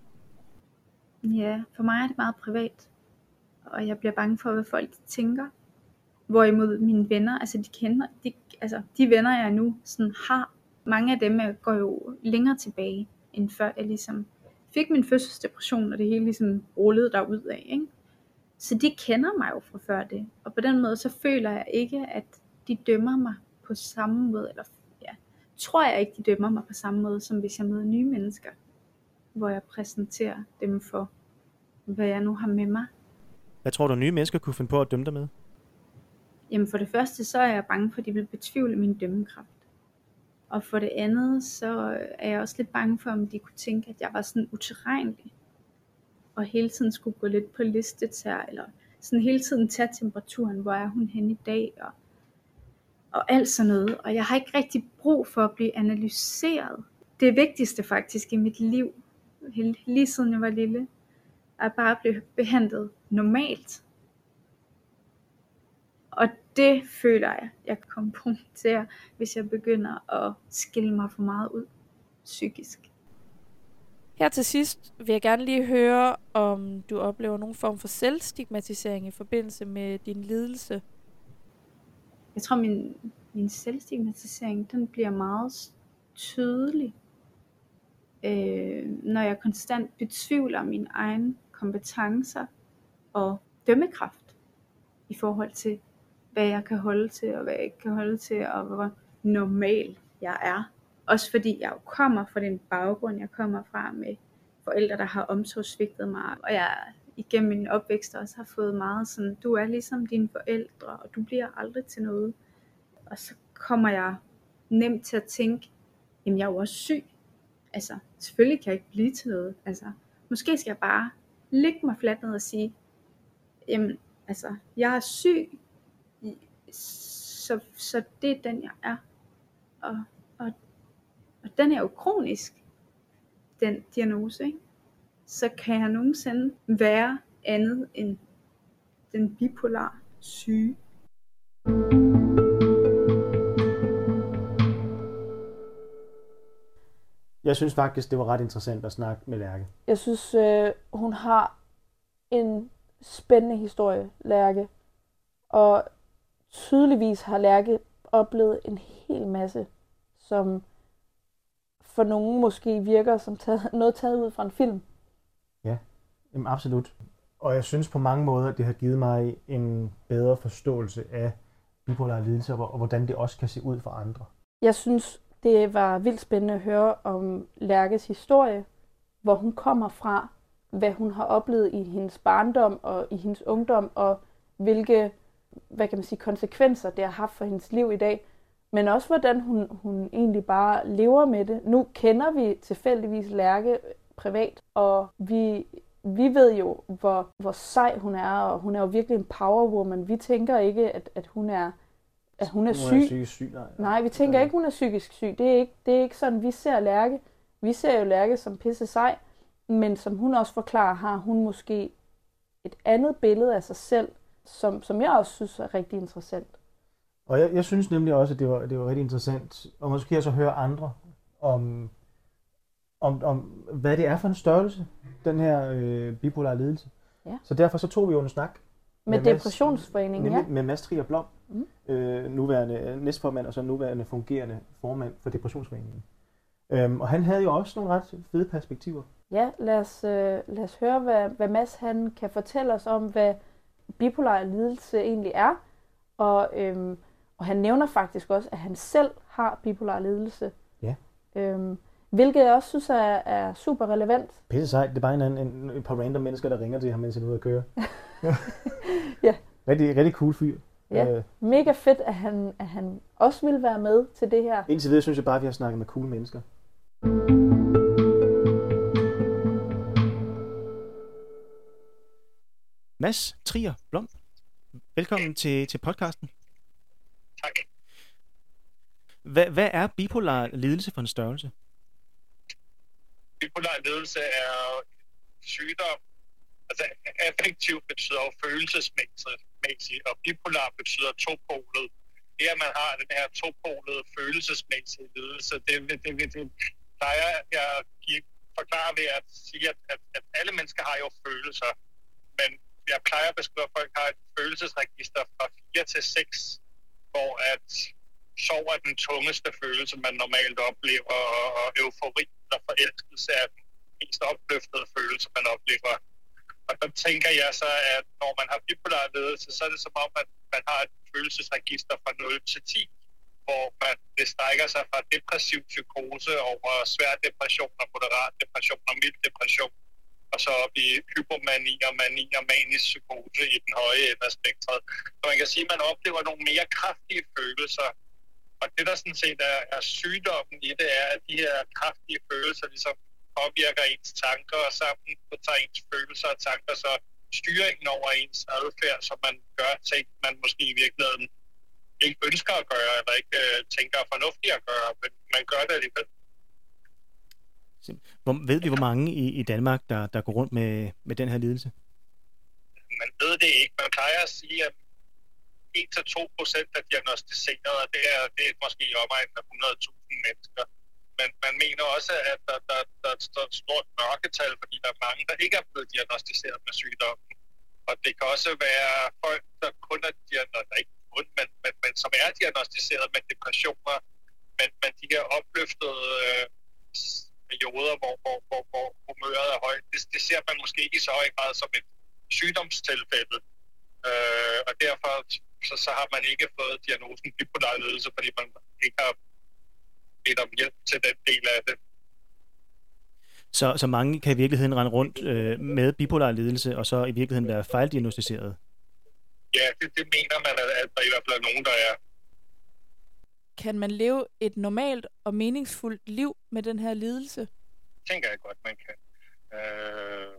Ja, for mig er det meget privat, og jeg bliver bange for, hvad folk tænker. Hvorimod mine venner, altså de kender, de, altså de venner jeg nu sådan har, mange af dem går jo længere tilbage, end før jeg ligesom fik min fødselsdepression, og det hele ligesom rullede derud af, ikke? Så de kender mig jo fra før det, og på den måde så føler jeg ikke, at de dømmer mig på samme måde, eller ja, tror jeg ikke, de dømmer mig på samme måde, som hvis jeg møder nye mennesker, hvor jeg præsenterer dem for, hvad jeg nu har med mig.
Hvad tror du, nye mennesker kunne finde på at dømme dig med?
Jamen for det første, så er jeg bange for, at de vil betvivle min dømmekraft. Og for det andet, så er jeg også lidt bange for, om de kunne tænke, at jeg var sådan utilregnelig. Og hele tiden skulle gå lidt på listetær, eller sådan hele tiden tage temperaturen, hvor er hun henne i dag, og, og alt sådan noget. Og jeg har ikke rigtig brug for at blive analyseret. Det vigtigste faktisk i mit liv, lige siden jeg var lille, er bare at blive behandlet normalt. Og det føler jeg, jeg kan komme på til, hvis jeg begynder at skille mig for meget ud psykisk.
Her til sidst vil jeg gerne lige høre, om du oplever nogen form for selvstigmatisering i forbindelse med din lidelse.
Jeg tror, min, min selvstigmatisering, den bliver meget tydelig, øh, når jeg konstant betvivler mine egne kompetencer og dømmekraft i forhold til, hvad jeg kan holde til, og hvad jeg ikke kan holde til, og hvor normal jeg er. Også fordi jeg jo kommer fra den baggrund, jeg kommer fra med forældre, der har omsorgssvigtet mig, og jeg igennem min opvækst også har fået meget sådan, du er ligesom dine forældre, og du bliver aldrig til noget. Og så kommer jeg nemt til at tænke, jamen jeg er jo også syg. Altså, selvfølgelig kan jeg ikke blive til noget. Altså, måske skal jeg bare ligge mig fladt ned og sige, jamen, altså, jeg er syg, så, så det er den, jeg er. Og, og, og den er jo kronisk, den diagnose, ikke? Så kan jeg nogensinde være andet end den bipolar syge.
Jeg synes faktisk, det var ret interessant at snakke med Lærke.
Jeg synes, øh, hun har en spændende historie, Lærke. Og tydeligvis har Lærke oplevet en hel masse, som for nogen måske virker som taget, noget taget ud fra en film.
Ja, jamen absolut. Og jeg synes på mange måder, at det har givet mig en bedre forståelse af bipolar lidelse, og hvordan det også kan se ud for andre.
Jeg synes, det var vildt spændende at høre om Lærkes historie, hvor hun kommer fra, hvad hun har oplevet i hendes barndom og i hendes ungdom, og hvilke, hvad kan man sige, konsekvenser det har haft for hendes liv i dag. Men også hvordan hun, hun egentlig bare lever med det. Nu kender vi tilfældigvis Lærke privat, og vi, vi ved jo, hvor, hvor sej hun er, og hun er jo virkelig en powerwoman. Vi tænker ikke, at, at hun er, at hun er syg.
Hun er psykisk syg, nej.
Nej, vi tænker ikke, hun er psykisk syg. Det er ikke, det er ikke sådan, vi ser Lærke. Vi ser jo Lærke som pisse sej, men som hun også forklarer, har hun måske et andet billede af sig selv, som, som jeg også synes er rigtig interessant.
Og jeg, jeg synes nemlig også, at det var, det var rigtig interessant, og måske også at høre andre om, om, om, hvad det er for en størrelse, den her øh, bipolar lidelse.
Ja.
Så derfor så tog vi jo en snak
med, med Depressionsforeningen,
Mads,
ja.
Med Mads Trier Blom, mm. øh, nuværende næstformand og så nuværende fungerende formand for Depressionsforeningen. Øhm, og han havde jo også nogle ret fede perspektiver.
Ja, lad os, øh, lad os høre, hvad, hvad Mads han kan fortælle os om, hvad bipolar lidelse egentlig er. Og, øhm, og han nævner faktisk også, at han selv har bipolar lidelse.
Ja.
Øhm, hvilket jeg også synes er, er super relevant.
Pisse sejt. Det er bare en, en, en par random mennesker, der ringer til ham, mens han er ude at køre.
Ja.
Rigtig, rigtig cool fyr.
Ja, øh. Mega fedt, at han, at han også vil være med til det her.
Indtil videre synes jeg bare, at vi har snakket med cool mennesker. Mads Trier Blom, velkommen til, til podcasten.
Tak.
Hvad, hvad er bipolar lidelse for en størrelse?
Bipolar lidelse er sygdom. Altså affektiv betyder jo følelsesmæssigt, og bipolar betyder topolet. Det at man har den her topolede følelsesmæssige lidelse, det, det, det, det plejer jeg at give, forklare ved at sige, at, at, at alle mennesker har jo følelser, men jeg plejer at beskrive, at folk har et følelsesregister fra fire til seks, hvor at sorg er den tungeste følelse, man normalt oplever, og, og eufori eller forelskelse er den mest opløftede følelse, man oplever. Og der tænker jeg så, at når man har bipolar lidelse, så er det som om, at man har et følelsesregister fra nul til ti, hvor man, det strækker sig fra depressiv psykose over svær depression og moderat depression og mild depression, og så op i hypomani og mani og manisk psykose i den høje ende af spektret. Så man kan sige, at man oplever nogle mere kraftige følelser. Og det, der sådan set er, er sygdommen i det, er, at de her kraftige følelser ligesom påvirker ens tanker, og sammen tager ens følelser og tanker så styringen over ens adfærd, så man gør ting, man måske i virkeligheden ikke ønsker at gøre, eller ikke øh, tænker er fornuftigt at gøre, men man gør det alligevel.
Hvor, ved vi, hvor mange i, i Danmark, der, der går rundt med, med den her lidelse?
Man ved det ikke. Man plejer at sige, at en til to procent er diagnostiseret, og det er, det er måske i omegnen af hundrede tusind mennesker. Men man mener også, at der, der, der, der er et stort mørketal, fordi der er mange, der ikke er blevet diagnostiseret med sygdommen. Og det kan også være folk, der kun er diagnostiseret, ikke kun, men, men, men som er diagnostiseret med depressioner, men, men de her opløftede øh, perioder, hvor, hvor, hvor, hvor humøret er højt, det, det ser man måske ikke i så høj grad som et sygdomstilfælde. Øh, og derfor så, så har man ikke fået diagnosen bipolar lidelse, fordi man ikke har bedt om hjælp til den del af det.
Så, så mange kan i virkeligheden rende rundt øh, med bipolar lidelse, og så i virkeligheden være fejldiagnostiseret?
Ja, det, det mener man, at der i hvert fald er nogen, der er.
Kan man leve et normalt og meningsfuldt liv med den her lidelse?
Det tænker jeg godt, man kan. Øh,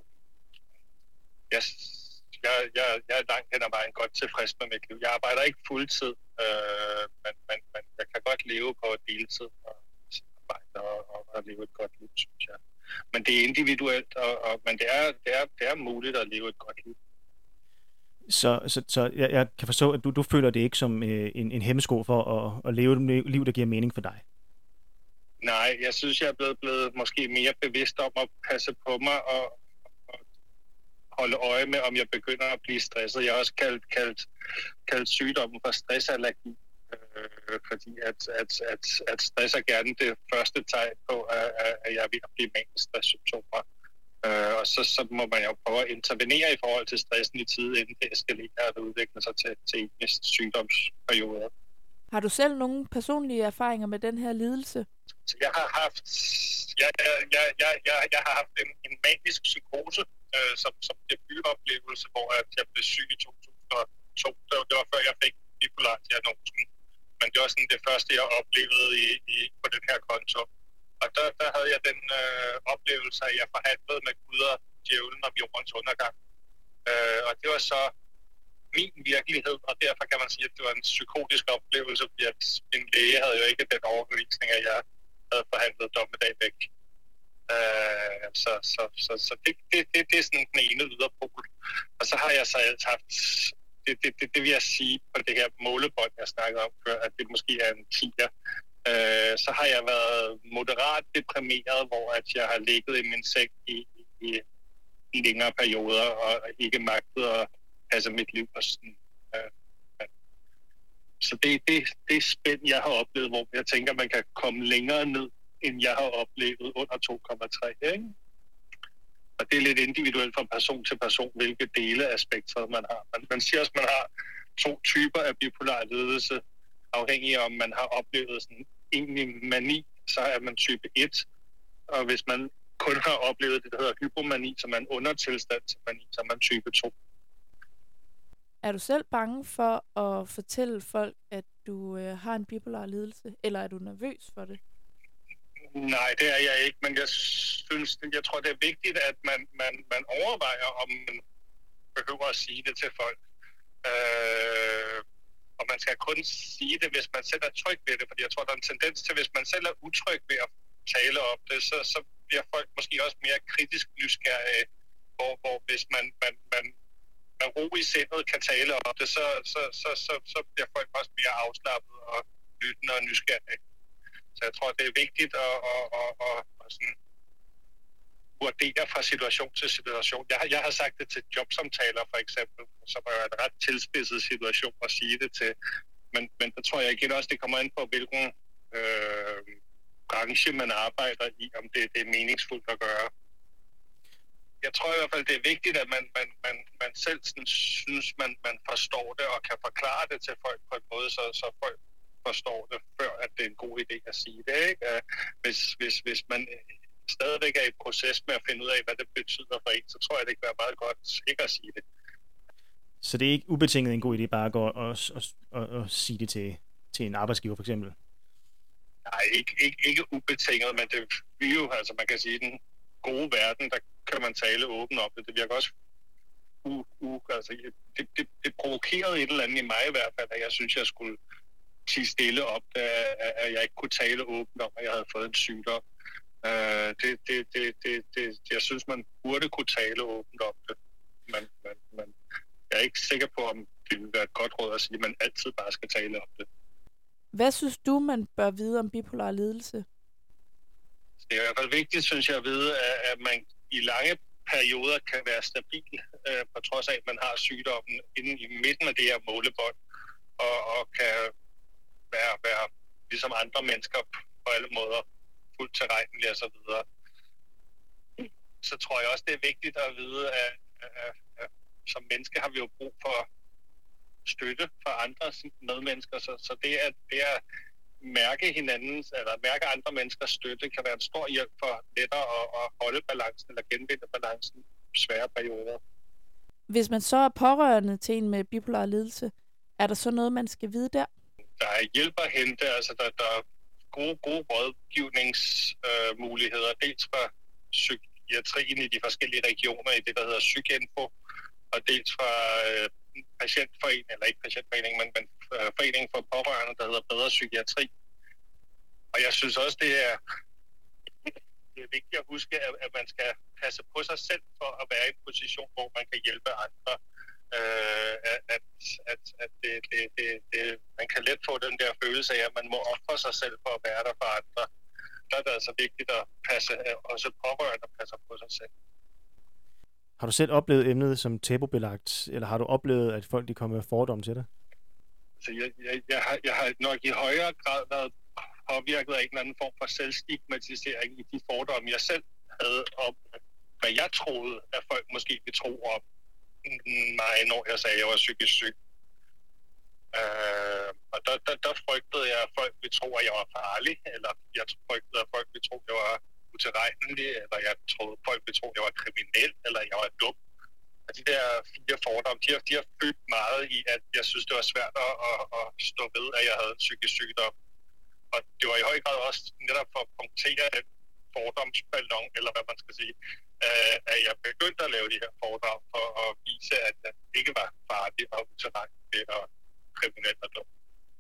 jeg, jeg, jeg, jeg er langt hen ad vejen godt tilfreds med mit liv. Jeg arbejder ikke fuldtid, øh, men, men, men jeg kan godt leve på deltid og arbejde og, og, og leve et godt liv, synes jeg. Men det er individuelt, og, og, men det er, det, er, det er muligt at leve et godt liv.
Så, så, så jeg, jeg kan forstå, at du, du føler det ikke som øh, en, en hæmsko for at, at leve et liv, der giver mening for dig?
Nej, jeg synes, jeg er blevet, blevet måske mere bevidst om at passe på mig og, og holde øje med, om jeg begynder at blive stresset. Jeg har også kaldt, kaldt, kaldt sygdommen for stressallergi, øh, fordi at, at, at, at stress er gerne det første tegn på, at, at jeg er ved at blive manisk stresssymptomer. Uh, og så, så må man jo prøve at intervenere i forhold til stressen i tide, inden det eskalerer og udvikler sig til, til en sygdomsperiode.
Har du selv nogle personlige erfaringer med den her lidelse?
Så jeg har haft, jeg, jeg, jeg, jeg, jeg, jeg har haft en, en manisk psykose øh, som, som debutoplevelse, hvor jeg blev syg i to tusind og to. Det var, det var før jeg fik bipolar-diagnosen. Men det var sådan det første, jeg oplevede i, i, på den her konto. Og der, der havde jeg den øh, oplevelse, at jeg forhandlede med Gud og djævlen om jordens undergang. Øh, og det var så min virkelighed, og derfor kan man sige, at det var en psykotisk oplevelse, fordi at min læge havde jo ikke den overbevisning, at jeg havde forhandlet dommedag væk. Øh, så så, så, så det, det, det, det er sådan den ene yderpol. Og så har jeg så altid haft, det, det, det, det vil jeg sige på det her målebånd, jeg snakkede om før, at det måske er en tier. Øh, så har jeg været moderat deprimeret, hvor at jeg har ligget i min seng i, i, i længere perioder og ikke magtet at passe mit liv. Og sådan. Øh, så det, det, det er spændt, jeg har oplevet, hvor jeg tænker, man kan komme længere ned, end jeg har oplevet under to komma tre. Ikke? Og det er lidt individuelt fra person til person, hvilke dele af spektret man har. Man, man siger også, at man har to typer af bipolar lidelse, afhængig af, om man har oplevet sådan egentlig mani, så er man type et. Og hvis man kun har oplevet det, der hedder hypomani, som er en undertilstand til mani, så er man type to.
Er du selv bange for at fortælle folk, at du øh, har en bipolar lidelse, eller er du nervøs for det?
Nej, det er jeg ikke, men jeg synes, jeg tror, det er vigtigt, at man, man, man overvejer, om man behøver at sige det til folk. Øh, Og man skal kun sige det, hvis man selv er tryg ved det, fordi jeg tror, der er en tendens til, hvis man selv er utryg ved at tale om det, så, så bliver folk måske også mere kritisk nysgerrige, hvor, hvor hvis man, man, man med ro i sindet kan tale om det, så, så, så, så, så bliver folk også mere afslappet og lyttende og nysgerrige. Så jeg tror, det er vigtigt at, at, at, at, at sådan vurdere fra situation til situation. Jeg, jeg har sagt det til jobsamtaler for eksempel, som er en ret tilspidset situation at sige det til. Men, men der tror jeg igen også, det kommer ind på, hvilken øh, branche man arbejder i, om det, det er meningsfuldt at gøre. Jeg tror i hvert fald, det er vigtigt, at man, man, man, man selv sådan, synes, man, man forstår det og kan forklare det til folk på en måde, så, så folk forstår det, før at det er en god idé at sige det. Ikke? Hvis, hvis, hvis man stadigvæk er i proces med at finde ud af, hvad det betyder for en, så tror jeg, det kan være meget godt ikke at sige det.
Så det er ikke ubetinget en god idé bare at gå og, og, og, og sige det til, til en arbejdsgiver, for eksempel?
Nej, ikke, ikke, ikke ubetinget, men det er jo, altså man kan sige, den gode verden, der kan man tale åbent om det. Det virker også u, u, altså, det, det, det provokerede et eller andet i mig i hvert fald, at jeg synes, jeg skulle tige stille op, at jeg ikke kunne tale åbent om, at jeg havde fået en sygdom. Uh, det, det, det, det, det, jeg synes, man burde kunne tale åbent om det, men, men, men jeg er ikke sikker på, om det vil være et godt råd at sige, at man altid bare skal tale om det.
Hvad synes du, man bør vide om bipolar lidelse?
Det er i hvert fald vigtigt, synes jeg, at vide, at man i lange perioder kan være stabil, uh, på trods af, at man har sygdommen inde i midten af det her målebånd, og, og kan være, være ligesom andre mennesker på alle måder, fuldt tilregnelig og så videre. Så tror jeg også, det er vigtigt at vide, at, at, at som menneske har vi jo brug for støtte fra andre medmennesker, så, så det at, det at mærke hinandens, eller mærke andre menneskers støtte, kan være en stor hjælp for lettere at, at holde balancen, eller genvinde balancen i svære perioder.
Hvis man så er pårørende til en med bipolar lidelse, er der så noget, man skal vide der?
Der er hjælp at hente, altså der, der er gode, gode rådgivningsmuligheder, øh, dels fra psykiatrien i de forskellige regioner i det, der hedder Psykinfo, og dels fra øh, patientforening, eller ikke patientforening, men, men øh, foreningen for pårørende, der hedder Bedre Psykiatri. Og jeg synes også, det er, det er vigtigt at huske, at, at man skal passe på sig selv for at være i en position, hvor man kan hjælpe andre. Øh, at at, at, at det, det, det, det, man kan let få den der følelse af, at man må ofre sig selv for at være der for andre. Der er det altså vigtigt at passe, også pårørende passer på sig selv.
Har du selv oplevet emnet som tabubelagt, eller har du oplevet, at folk de kommer med fordomme til dig?
Så jeg, jeg, jeg, har, jeg har nok i højere grad været påvirket af en eller anden form for selvstigmatisering i de fordomme, jeg selv havde om, hvad jeg troede, at folk måske ville tro om mig, når jeg sagde, at jeg var psykisk syg. Uh, og der, der, der frygtede jeg, at folk ville tro, at jeg var farlig, eller jeg frygtede, at folk ville tro, at jeg var utilregnelig, eller jeg troede, at folk ville tro, at jeg var kriminel, eller jeg var dum. Og de der fire fordomme, de har, de har fyldt meget i, at jeg synes, det var svært at, at, at stå ved, at jeg havde en psykisk sygdom. Og det var i høj grad også netop for at punktere den fordomsballon, eller hvad man skal sige, at jeg begyndte at lave de her foredrag for at vise, at jeg ikke var farlig og utilregnelig og kriminel og dum.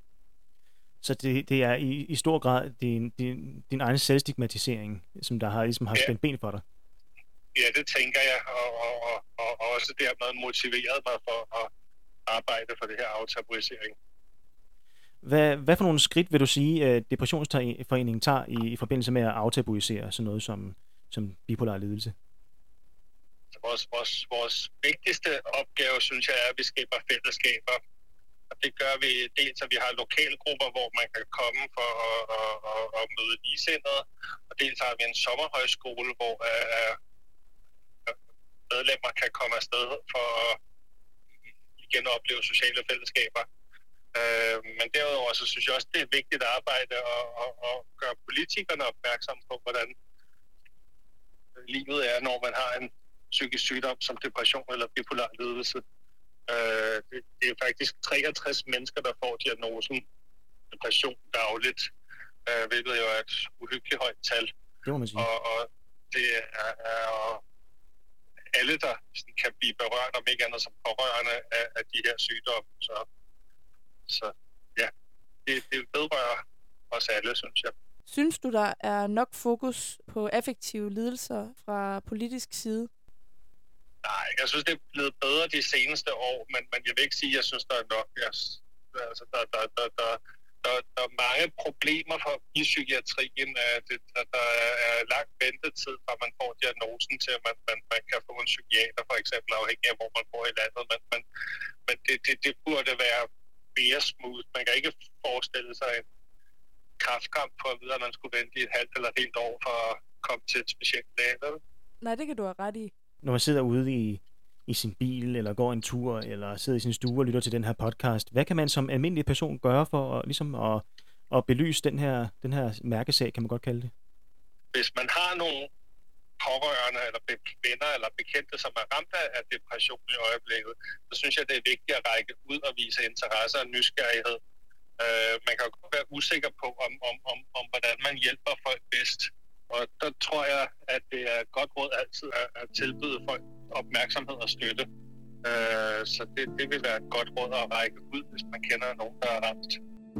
Så det, det er i, i stor grad din, din, din egen selvstigmatisering, som der har, ligesom har
ja.
spændt ben for dig?
Ja, det tænker jeg, og, og, og, og også dermed motiveret mig for at arbejde for det her aftabuisering.
Hvad, hvad for nogle skridt vil du sige, at Depressionsforeningen tager i, i forbindelse med at aftabuisere sådan noget som, som bipolar lidelse?
Vores, vores, vores vigtigste opgave, synes jeg, er, at vi skaber fællesskaber. Og det gør vi dels, at vi har lokalgrupper, hvor man kan komme for at, at, at, at møde ligesindede. Og dels har vi en sommerhøjskole, hvor uh, medlemmer kan komme afsted for at igen opleve sociale fællesskaber. Uh, men derudover så synes jeg også, det er et vigtigt arbejde at, at, at gøre politikerne opmærksomme på, hvordan livet er, når man har en psykisk sygdom som depression eller bipolar lidelse. Uh, det, det er faktisk treogtres mennesker, der får diagnosen depression dagligt, uh, hvilket jo er et uhyggeligt højt tal.
Det må man sige.
Og, og det er, er alle, der kan blive berørt, om ikke andet som pårørende af, af de her sygdomme. Så, så ja, det, det vedrører os alle, synes jeg.
Synes du, der er nok fokus på affektive lidelser fra politisk side?
Nej, jeg synes, det er blevet bedre de seneste år, men, men jeg vil ikke sige, at jeg synes, der er nok. Jeg, altså, der, der, der, der, der, der er mange problemer for, i psykiatrien. Det, der, der er lang ventetid, fra man får diagnosen til, at man, man, man kan få en psykiater, for eksempel, afhængig af, hvor man bor i landet. Men, men, men det, det, det burde være mere smooth. Man kan ikke forestille sig en kræftkamp på at vide, at man skulle vente i et halvt eller et helt år for at komme til et specielt læge.
Nej, det kan du have ret i.
Når man sidder ude i, i i sin bil, eller går en tur, eller sidder i sin stue og lytter til den her podcast. Hvad kan man som almindelig person gøre for at, ligesom at, at belyse den her, den her mærkesag, kan man godt kalde det?
Hvis man har nogle pårørende eller venner eller bekendte, som er ramt af depression i øjeblikket, så synes jeg, det er vigtigt at række ud og vise interesse og nysgerrighed. Uh, man kan jo godt være usikker på, om, om, om, om hvordan man hjælper folk bedst. Og der tror jeg, at det er et godt råd altid at, at tilbyde folk opmærksomhed og støtte. Uh, så det, det vil være et godt råd at række ud, hvis man kender nogen, der er ramt.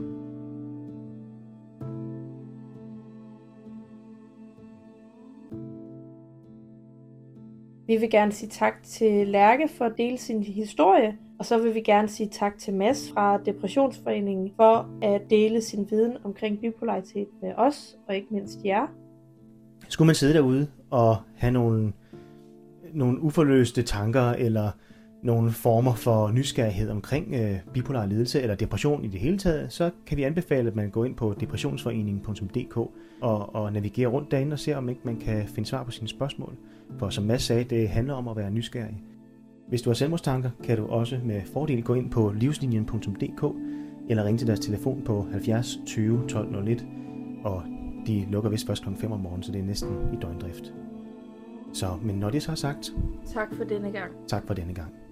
Vi vil gerne sige tak til Lærke for at dele sin historie, og så vil vi gerne sige tak til Mads fra Depressionsforeningen for at dele sin viden omkring bipolaritet med os, og ikke mindst jer.
Skulle man sidde derude og have nogle, nogle uforløste tanker eller nogle former for nysgerrighed omkring øh, bipolar lidelse eller depression i det hele taget, så kan vi anbefale, at man går ind på depressionsforeningen punktum d k og, og navigerer rundt derinde og ser, om ikke man kan finde svar på sine spørgsmål. For som Mads sagde, det handler om at være nysgerrig. Hvis du har selvmordstanker, kan du også med fordel gå ind på livslinjen punktum d k eller ringe til deres telefon på halvfjerds tyve tolv nul et, og de lukker vist først klokken fem om morgenen, så det er næsten i døgndrift. Så, men når det så er sagt,
tak for denne gang.
Tak for denne gang.